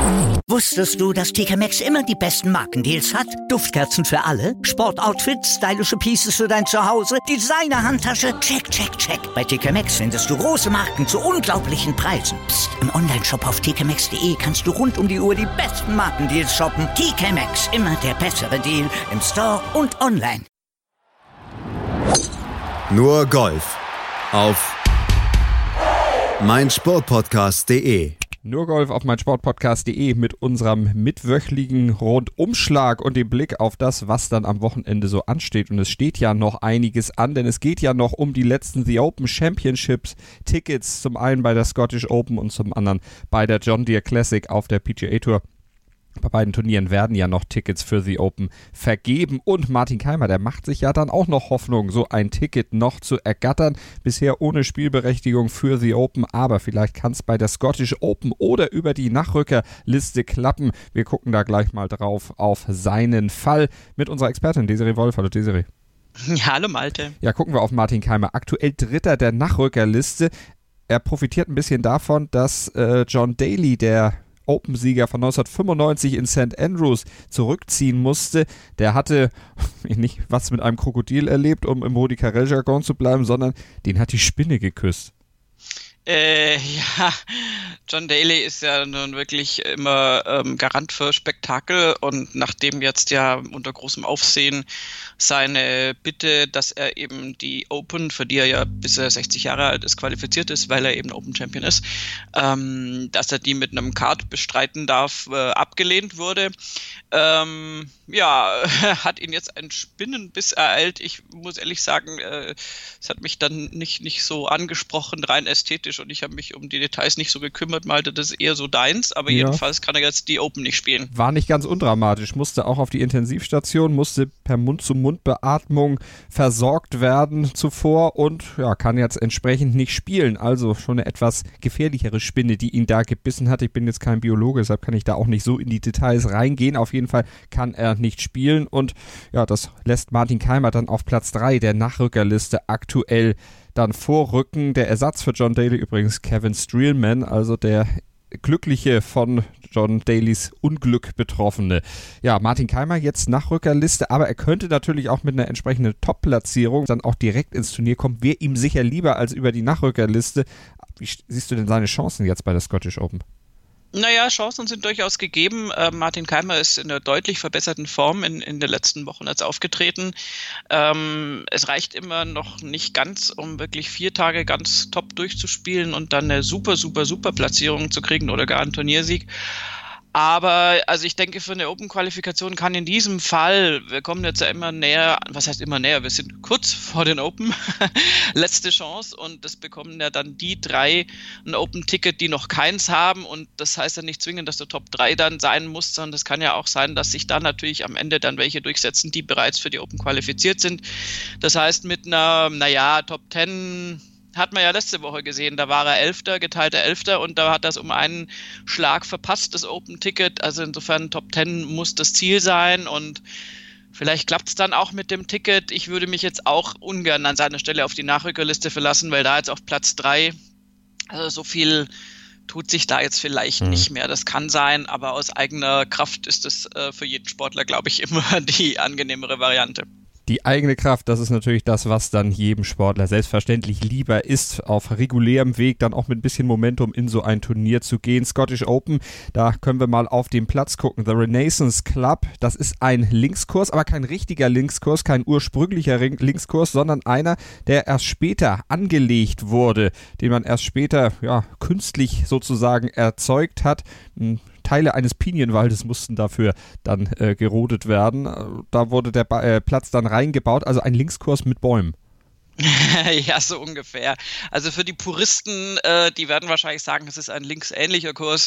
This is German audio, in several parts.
Wusstest du, dass TK Maxx immer die besten Markendeals hat? Duftkerzen für alle, Sportoutfits, stylische Pieces für dein Zuhause, Designer-Handtasche, check, check, check. Bei TK Maxx findest du große Marken zu unglaublichen Preisen. Psst. Im Onlineshop auf tkmaxx.de kannst du rund um die Uhr die besten Markendeals shoppen. TK Maxx, immer der bessere Deal im Store und online. Nur Golf auf meinsportpodcast.de. Nur Golf auf meinsportpodcast.de mit unserem mittwöchligen Rundumschlag und dem Blick auf das, was dann am Wochenende so ansteht. Und es steht ja noch einiges an, denn es geht ja noch um die letzten The Open Championships Tickets, zum einen bei der Scottish Open und zum anderen bei der John Deere Classic auf der PGA Tour. Bei beiden Turnieren werden ja noch Tickets für The Open vergeben und Martin Kaymer, der macht sich ja dann auch noch Hoffnung, so ein Ticket noch zu ergattern. Bisher ohne Spielberechtigung für The Open, aber vielleicht kann es bei der Scottish Open oder über die Nachrückerliste klappen. Wir gucken da gleich mal drauf auf seinen Fall mit unserer Expertin Desiree Wolf. Hallo Desiree. Ja, hallo Malte. Ja, gucken wir auf Martin Kaymer, aktuell Dritter der Nachrückerliste. Er profitiert ein bisschen davon, dass John Daly, der Open-Sieger von 1995 in St. Andrews, zurückziehen musste. Der hatte nicht was mit einem Krokodil erlebt, um im Rudi Carrell-Jargon zu bleiben, sondern den hat die Spinne geküsst. Ja, John Daly ist ja nun wirklich immer Garant für Spektakel und nachdem jetzt ja unter großem Aufsehen seine Bitte, dass er eben die Open, für die er ja bis er 60 Jahre alt ist, qualifiziert ist, weil er eben Open Champion ist, dass er die mit einem Kart bestreiten darf, abgelehnt wurde. Hat ihn jetzt ein Spinnenbiss ereilt. Ich muss ehrlich sagen, es hat mich dann nicht so angesprochen, rein ästhetisch, und ich habe mich um die Details nicht so gekümmert, Malte, das ist eher so deins, aber jedenfalls kann er jetzt die Open nicht spielen. War nicht ganz undramatisch, musste auch auf die Intensivstation, musste per Mund-zu-Mund-Beatmung versorgt werden zuvor und kann jetzt entsprechend nicht spielen. Also schon eine etwas gefährlichere Spinne, die ihn da gebissen hat. Ich bin jetzt kein Biologe, deshalb kann ich da auch nicht so in die Details reingehen. Auf jeden Fall kann er nicht spielen und das lässt Martin Kaymer dann auf Platz 3 der Nachrückerliste aktuell dann vorrücken. Der Ersatz für John Daly übrigens Kevin Streelman, also der Glückliche von John Dalys Unglück Betroffene. Ja, Martin Kaymer jetzt Nachrückerliste, aber er könnte natürlich auch mit einer entsprechenden Top-Platzierung dann auch direkt ins Turnier kommen. Wäre ihm sicher lieber als über die Nachrückerliste. Wie siehst du denn seine Chancen jetzt bei der Scottish Open? Naja, Chancen sind durchaus gegeben. Martin Kaymer ist in einer deutlich verbesserten Form in den letzten Wochen jetzt aufgetreten. Es reicht immer noch nicht ganz, um wirklich 4 Tage ganz top durchzuspielen und dann eine super Platzierung zu kriegen oder gar einen Turniersieg. Aber also ich denke, für eine Open-Qualifikation kann in diesem Fall, wir kommen jetzt ja immer näher, was heißt immer näher, wir sind kurz vor den Open, letzte Chance, und das bekommen ja dann die 3 ein Open-Ticket, die noch keins haben, und das heißt ja nicht zwingend, dass du Top 3 dann sein musst, sondern das kann ja auch sein, dass sich da natürlich am Ende dann welche durchsetzen, die bereits für die Open qualifiziert sind. Das heißt, mit einer, Top 10 hat man ja letzte Woche gesehen, da war er geteilter Elfter, und da hat er es um einen Schlag verpasst, das Open-Ticket. Also insofern Top 10 muss das Ziel sein, und vielleicht klappt es dann auch mit dem Ticket. Ich würde mich jetzt auch ungern an seiner Stelle auf die Nachrückerliste verlassen, weil da jetzt auf Platz 3, also so viel tut sich da jetzt vielleicht nicht mehr. Das kann sein, aber aus eigener Kraft ist es für jeden Sportler, glaube ich, immer die angenehmere Variante. Die eigene Kraft, das ist natürlich das, was dann jedem Sportler selbstverständlich lieber ist, auf regulärem Weg dann auch mit ein bisschen Momentum in so ein Turnier zu gehen. Scottish Open, da können wir mal auf den Platz gucken. The Renaissance Club, das ist ein Linkskurs, aber kein richtiger Linkskurs, kein ursprünglicher Linkskurs, sondern einer, der erst später angelegt wurde, den man erst später künstlich sozusagen erzeugt hat. Teile eines Pinienwaldes mussten dafür dann gerodet werden. Da wurde der Platz dann reingebaut, also ein Linkskurs mit Bäumen. Ja, so ungefähr. Also für die Puristen, die werden wahrscheinlich sagen, es ist ein linksähnlicher Kurs.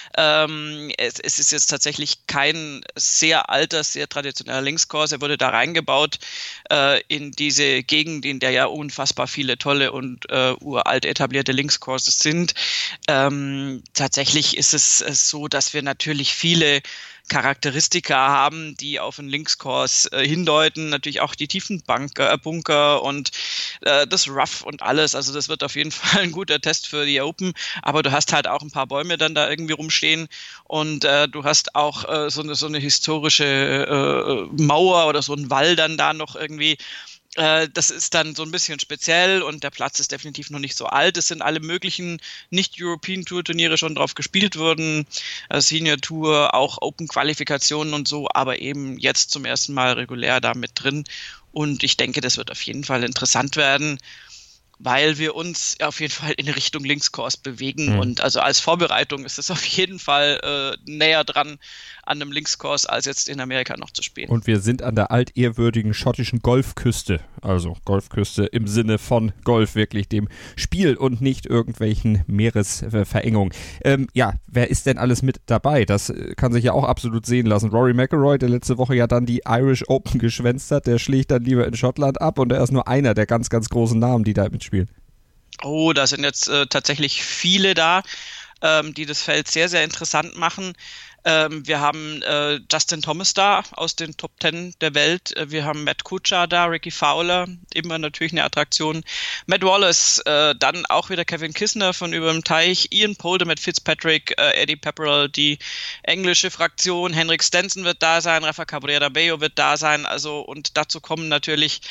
Es ist jetzt tatsächlich kein sehr alter, sehr traditioneller Linkskurs. Er wurde da reingebaut in diese Gegend, in der ja unfassbar viele tolle und uralt etablierte Linkskurses sind. Tatsächlich ist es so, dass wir natürlich viele Charakteristika haben, die auf einen Linkskurs hindeuten. Natürlich auch die tiefen Bunker und das Rough und alles. Also das wird auf jeden Fall ein guter Test für die Open. Aber du hast halt auch ein paar Bäume dann da irgendwie rumstehen und du hast auch so eine historische Mauer oder so einen Wall dann da noch irgendwie. Das ist dann so ein bisschen speziell und der Platz ist definitiv noch nicht so alt. Es sind alle möglichen Nicht-European-Tour-Turniere schon drauf gespielt worden, Senior Tour, auch Open-Qualifikationen und so, aber eben jetzt zum ersten Mal regulär da mit drin. Und ich denke, das wird auf jeden Fall interessant werden, weil wir uns auf jeden Fall in Richtung Linkskurs bewegen. Und also als Vorbereitung ist es auf jeden Fall näher dran an einem Linkskurs, als jetzt in Amerika noch zu spielen. Und wir sind an der altehrwürdigen schottischen Golfküste. Also Golfküste im Sinne von Golf, wirklich dem Spiel und nicht irgendwelchen Meeresverengungen. Wer ist denn alles mit dabei? Das kann sich ja auch absolut sehen lassen. Rory McIlroy, der letzte Woche ja dann die Irish Open geschwänzt hat, der schlägt dann lieber in Schottland ab und er ist nur einer der ganz, ganz großen Namen, die da mitspielen. Oh, da sind jetzt tatsächlich viele da, die das Feld sehr, sehr interessant machen. Wir haben Justin Thomas da aus den Top 10 der Welt. Wir haben Matt Kuchar da, Ricky Fowler, immer natürlich eine Attraktion. Matt Wallace, dann auch wieder Kevin Kisner von über dem Teich, Ian Poulter, Matt Fitzpatrick, Eddie Pepperell, die englische Fraktion, Henrik Stenson wird da sein, Rafa Cabrera Bello wird da sein. Also und dazu kommen natürlich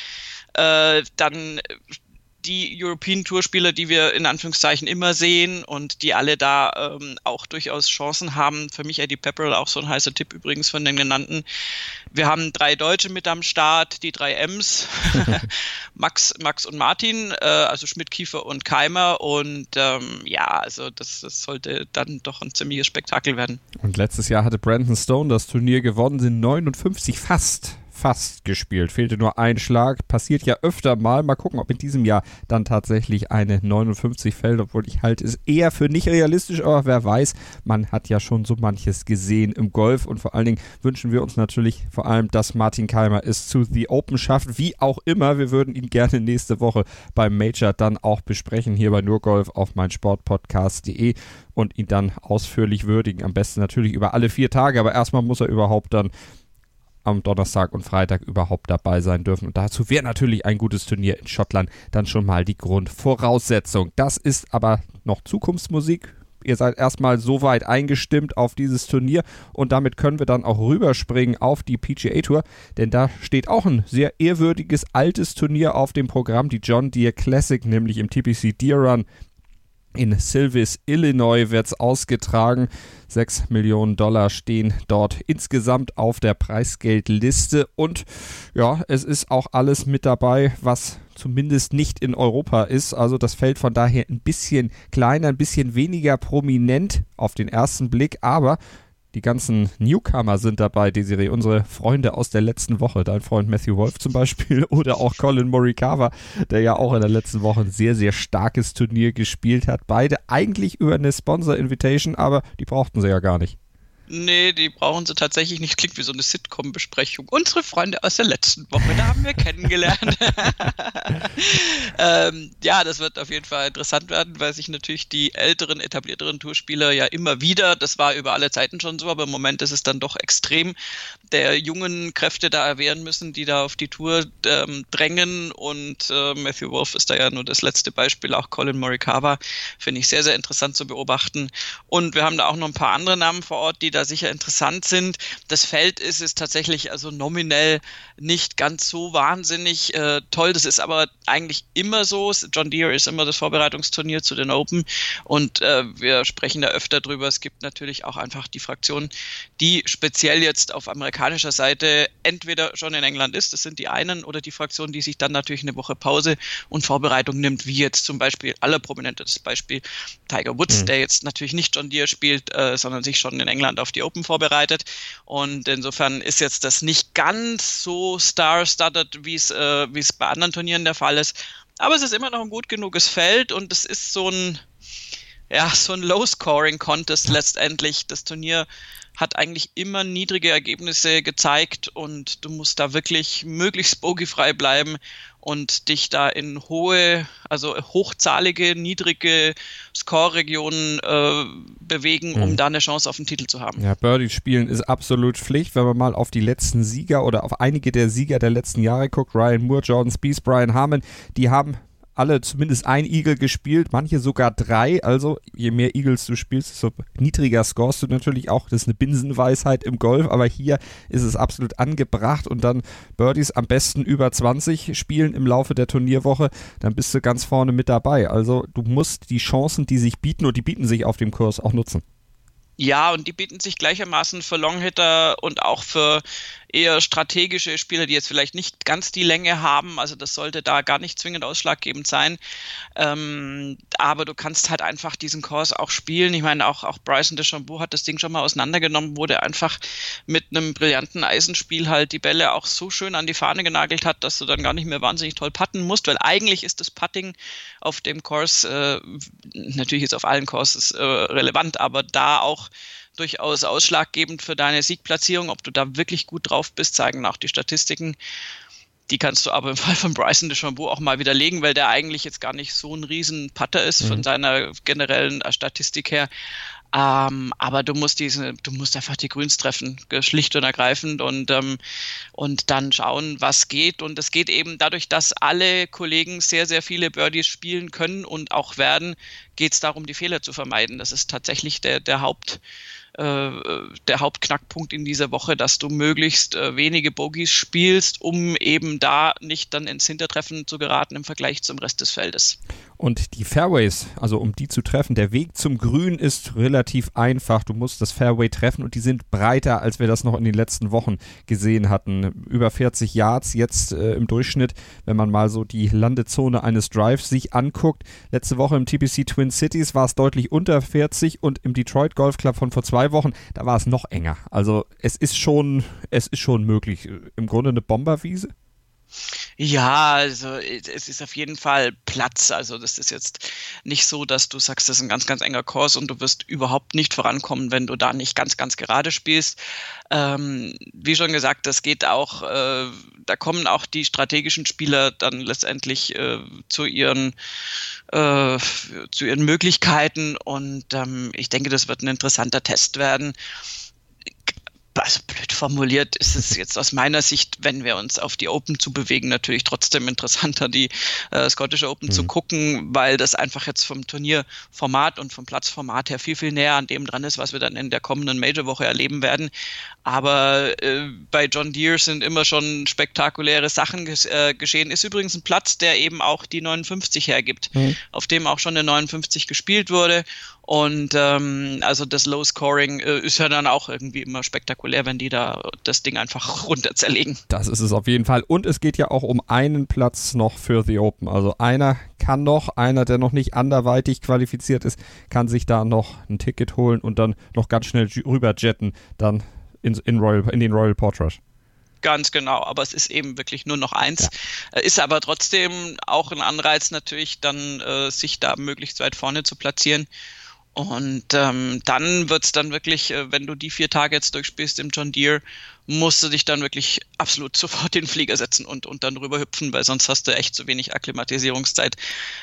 dann die European Tour Spieler, die wir in Anführungszeichen immer sehen und die alle da auch durchaus Chancen haben. Für mich Eddie Pepperell auch so ein heißer Tipp übrigens von den genannten. Wir haben 3 Deutsche mit am Start, die 3 Ms, Max und Martin, also Schmidt, Kiefer und Keimer und also das sollte dann doch ein ziemliches Spektakel werden. Und letztes Jahr hatte Brandon Stone das Turnier gewonnen, sind 59 fast gespielt. Fehlte nur ein Schlag. Passiert ja öfter mal. Mal gucken, ob in diesem Jahr dann tatsächlich eine 59 fällt, obwohl ich halte es eher für nicht realistisch, aber wer weiß, man hat ja schon so manches gesehen im Golf und vor allen Dingen wünschen wir uns natürlich vor allem, dass Martin Keimer es zu The Open schafft. Wie auch immer, wir würden ihn gerne nächste Woche beim Major dann auch besprechen, hier bei Nur Golf auf meinsportpodcast.de und ihn dann ausführlich würdigen. Am besten natürlich über alle 4 Tage, aber erstmal muss er überhaupt dann am Donnerstag und Freitag überhaupt dabei sein dürfen. Und dazu wäre natürlich ein gutes Turnier in Schottland dann schon mal die Grundvoraussetzung. Das ist aber noch Zukunftsmusik. Ihr seid erstmal so weit eingestimmt auf dieses Turnier und damit können wir dann auch rüberspringen auf die PGA Tour, denn da steht auch ein sehr ehrwürdiges altes Turnier auf dem Programm, die John Deere Classic, nämlich im TPC Deere Run. In Silvis, Illinois wird es ausgetragen. $6 Millionen stehen dort insgesamt auf der Preisgeldliste. Und ja, es ist auch alles mit dabei, was zumindest nicht in Europa ist. Also das Feld von daher ein bisschen kleiner, ein bisschen weniger prominent auf den ersten Blick. Aber die ganzen Newcomer sind dabei, Desiree, unsere Freunde aus der letzten Woche. Dein Freund Matthew Wolff zum Beispiel oder auch Colin Morikawa, der ja auch in der letzten Woche ein sehr, sehr starkes Turnier gespielt hat. Beide eigentlich über eine Sponsor-Invitation, aber die brauchten sie ja gar nicht. Nee, die brauchen sie tatsächlich nicht. Klingt wie so eine Sitcom-Besprechung. Unsere Freunde aus der letzten Woche, da haben wir kennengelernt. Das wird auf jeden Fall interessant werden, weil sich natürlich die älteren, etablierteren Tourspieler ja immer wieder, das war über alle Zeiten schon so, aber im Moment ist es dann doch extrem, der jungen Kräfte da erwehren müssen, die da auf die Tour drängen und Matthew Wolff ist da ja nur das letzte Beispiel, auch Colin Morikawa, finde ich sehr, sehr interessant zu beobachten. Und wir haben da auch noch ein paar andere Namen vor Ort, die da sicher interessant sind. Das Feld ist tatsächlich also nominell nicht ganz so wahnsinnig toll. Das ist aber eigentlich immer so. John Deere ist immer das Vorbereitungsturnier zu den Open und wir sprechen da öfter drüber. Es gibt natürlich auch einfach die Fraktion, die speziell jetzt auf amerikanischer Seite entweder schon in England ist, das sind die einen, oder die Fraktion, die sich dann natürlich eine Woche Pause und Vorbereitung nimmt, wie jetzt zum Beispiel allerprominentestes Beispiel Tiger Woods, der jetzt natürlich nicht John Deere spielt, sondern sich schon in England auf die Open vorbereitet. Und insofern ist jetzt das nicht ganz so star-studded, wie es bei anderen Turnieren der Fall ist. Aber es ist immer noch ein gut genuges Feld und es ist so ein Low-Scoring-Contest letztendlich. Das Turnier hat eigentlich immer niedrige Ergebnisse gezeigt und du musst da wirklich möglichst bogiefrei bleiben und dich da in hochzahlige, niedrige Score-Regionen bewegen, um da eine Chance auf den Titel zu haben. Ja, Birdie spielen ist absolut Pflicht, wenn man mal auf die letzten Sieger oder auf einige der Sieger der letzten Jahre guckt. Ryan Moore, Jordan Spieth, Brian Harman, die haben alle zumindest ein Eagle gespielt, manche sogar 3, also je mehr Eagles du spielst, desto niedriger scorest du natürlich auch, das ist eine Binsenweisheit im Golf, aber hier ist es absolut angebracht und dann Birdies am besten über 20 spielen im Laufe der Turnierwoche, dann bist du ganz vorne mit dabei, also du musst die Chancen, die sich bieten und die bieten sich auf dem Kurs auch nutzen. Ja, und die bieten sich gleichermaßen für Longhitter und auch für eher strategische Spieler, die jetzt vielleicht nicht ganz die Länge haben. Also das sollte da gar nicht zwingend ausschlaggebend sein. Aber du kannst halt einfach diesen Kurs auch spielen. Ich meine, auch Bryson DeChambeau hat das Ding schon mal auseinandergenommen, wo der einfach mit einem brillanten Eisenspiel halt die Bälle auch so schön an die Fahne genagelt hat, dass du dann gar nicht mehr wahnsinnig toll putten musst, weil eigentlich ist das Putting auf dem Kurs, natürlich ist auf allen Courses relevant, aber da auch durchaus ausschlaggebend für deine Siegplatzierung. Ob du da wirklich gut drauf bist, zeigen auch die Statistiken. Die kannst du aber im Fall von Bryson DeChambeau auch mal widerlegen, weil der eigentlich jetzt gar nicht so ein riesen Putter ist von seiner generellen Statistik her. Aber du musst einfach die Grüns treffen, schlicht und ergreifend und dann schauen, was geht. Und es geht eben dadurch, dass alle Kollegen sehr, sehr viele Birdies spielen können und auch werden, geht es darum, die Fehler zu vermeiden. Das ist tatsächlich der Hauptknackpunkt in dieser Woche, dass du möglichst wenige Bogies spielst, um eben da nicht dann ins Hintertreffen zu geraten im Vergleich zum Rest des Feldes. Und die Fairways, also um die zu treffen, der Weg zum Grün ist relativ einfach. Du musst das Fairway treffen und die sind breiter, als wir das noch in den letzten Wochen gesehen hatten. Über 40 Yards jetzt im Durchschnitt, wenn man mal so die Landezone eines Drives sich anguckt. Letzte Woche im TPC Twin Cities war es deutlich unter 40 und im Detroit Golf Club von vor 2 Wochen, da war es noch enger. Also es ist schon möglich. Im Grunde eine Bomberwiese. Ja, also es ist auf jeden Fall Platz. Also das ist jetzt nicht so, dass du sagst, das ist ein ganz, ganz enger Kurs und du wirst überhaupt nicht vorankommen, wenn du da nicht ganz, ganz gerade spielst. Wie schon gesagt, das geht auch, da kommen auch die strategischen Spieler dann letztendlich zu ihren Möglichkeiten und ich denke, das wird ein interessanter Test werden. Also blöd formuliert ist es jetzt aus meiner Sicht, wenn wir uns auf die Open zu bewegen, natürlich trotzdem interessanter, die Scottish Open zu gucken, weil das einfach jetzt vom Turnierformat und vom Platzformat her viel, viel näher an dem dran ist, was wir dann in der kommenden Major-Woche erleben werden. Aber bei John Deere sind immer schon spektakuläre Sachen geschehen. Ist übrigens ein Platz, der eben auch die 59 hergibt, auf dem auch schon eine 59 gespielt wurde. Und also das Low Scoring ist ja dann auch irgendwie immer spektakulär, wenn die da das Ding einfach runter zerlegen. Das ist es auf jeden Fall. Und es geht ja auch um einen Platz noch für The Open. Also einer, der noch nicht anderweitig qualifiziert ist, kann sich da noch ein Ticket holen und dann noch ganz schnell rüberjetten, dann in den Royal Portrush. Ganz genau, aber es ist eben wirklich nur noch eins. Ja. Ist aber trotzdem auch ein Anreiz natürlich dann, sich da möglichst weit vorne zu platzieren. Und dann wird es dann wirklich, wenn du die 4 Tage jetzt durchspielst im John Deere, musst du dich dann wirklich absolut sofort in den Flieger setzen und dann rüber hüpfen, weil sonst hast du echt zu wenig Akklimatisierungszeit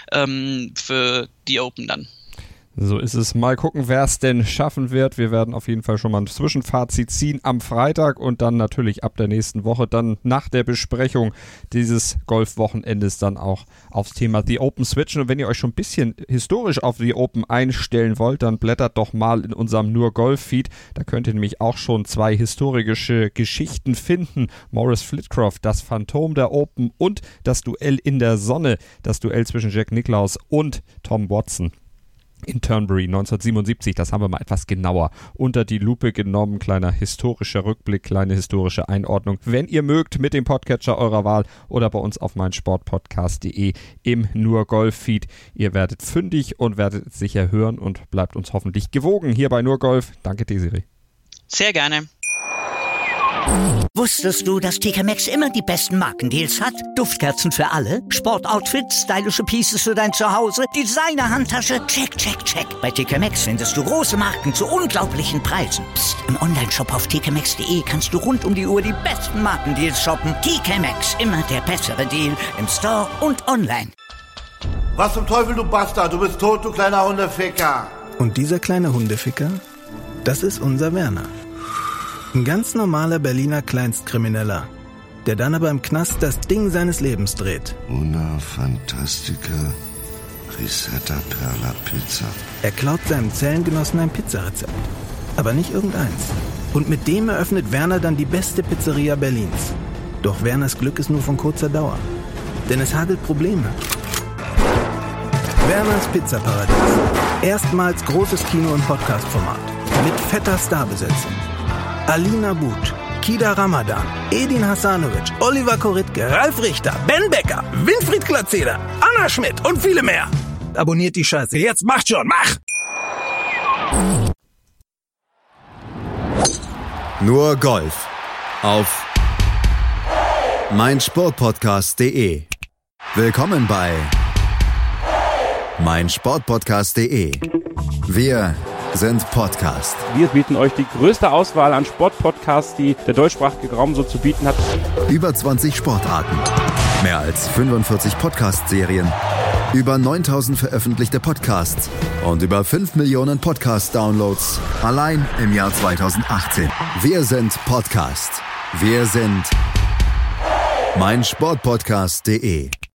für die Open dann. So ist es. Mal gucken, wer es denn schaffen wird. Wir werden auf jeden Fall schon mal ein Zwischenfazit ziehen am Freitag und dann natürlich ab der nächsten Woche, dann nach der Besprechung dieses Golfwochenendes dann auch aufs Thema The Open switchen. Und wenn ihr euch schon ein bisschen historisch auf The Open einstellen wollt, dann blättert doch mal in unserem Nur-Golf-Feed. Da könnt ihr nämlich auch schon 2 historische Geschichten finden. Maurice Flitcroft, das Phantom der Open und das Duell in der Sonne, das Duell zwischen Jack Nicklaus und Tom Watson in Turnberry 1977, das haben wir mal etwas genauer unter die Lupe genommen. Kleiner historischer Rückblick, kleine historische Einordnung. Wenn ihr mögt, mit dem Podcatcher eurer Wahl oder bei uns auf meinsportpodcast.de im Nur-Golf-Feed. Ihr werdet fündig und werdet es sicher hören und bleibt uns hoffentlich gewogen hier bei Nur Golf. Danke, Desiree. Sehr gerne. Wusstest du, dass TK Maxx immer die besten Markendeals hat? Duftkerzen für alle, Sportoutfits, stylische Pieces für dein Zuhause, Designer-Handtasche, check, check, check. Bei TK Maxx findest du große Marken zu unglaublichen Preisen. Psst. Im Onlineshop auf tkmaxx.de kannst du rund um die Uhr die besten Markendeals shoppen. TK Maxx, immer der bessere Deal im Store und online. Was zum Teufel, du Bastard? Du bist tot, du kleiner Hundeficker. Und dieser kleine Hundeficker, das ist unser Werner. Ein ganz normaler Berliner Kleinstkrimineller, der dann aber im Knast das Ding seines Lebens dreht. Una Fantastica Risetta Perla Pizza. Er klaut seinem Zellengenossen ein Pizzarezept, aber nicht irgendeins. Und mit dem eröffnet Werner dann die beste Pizzeria Berlins. Doch Werners Glück ist nur von kurzer Dauer, denn es hagelt Probleme. Werners Pizzaparadies. Erstmals großes Kino- und Podcast-Format. Mit fetter Starbesetzung. Alina But, Kida Ramadan, Edin Hasanovic, Oliver Koritke, Ralf Richter, Ben Becker, Winfried Glatzeder, Anna Schmidt und viele mehr. Abonniert die Scheiße. Jetzt macht schon, mach! Nur Golf auf meinsportpodcast.de. Willkommen bei meinsportpodcast.de. Wir sind Podcast. Wir bieten euch die größte Auswahl an Sportpodcasts, die der deutschsprachige Raum so zu bieten hat. Über 20 Sportarten, mehr als 45 Podcast-Serien, über 9000 veröffentlichte Podcasts und über 5 Millionen Podcast-Downloads allein im Jahr 2018. Wir sind Podcast. Wir sind meinsportpodcast.de.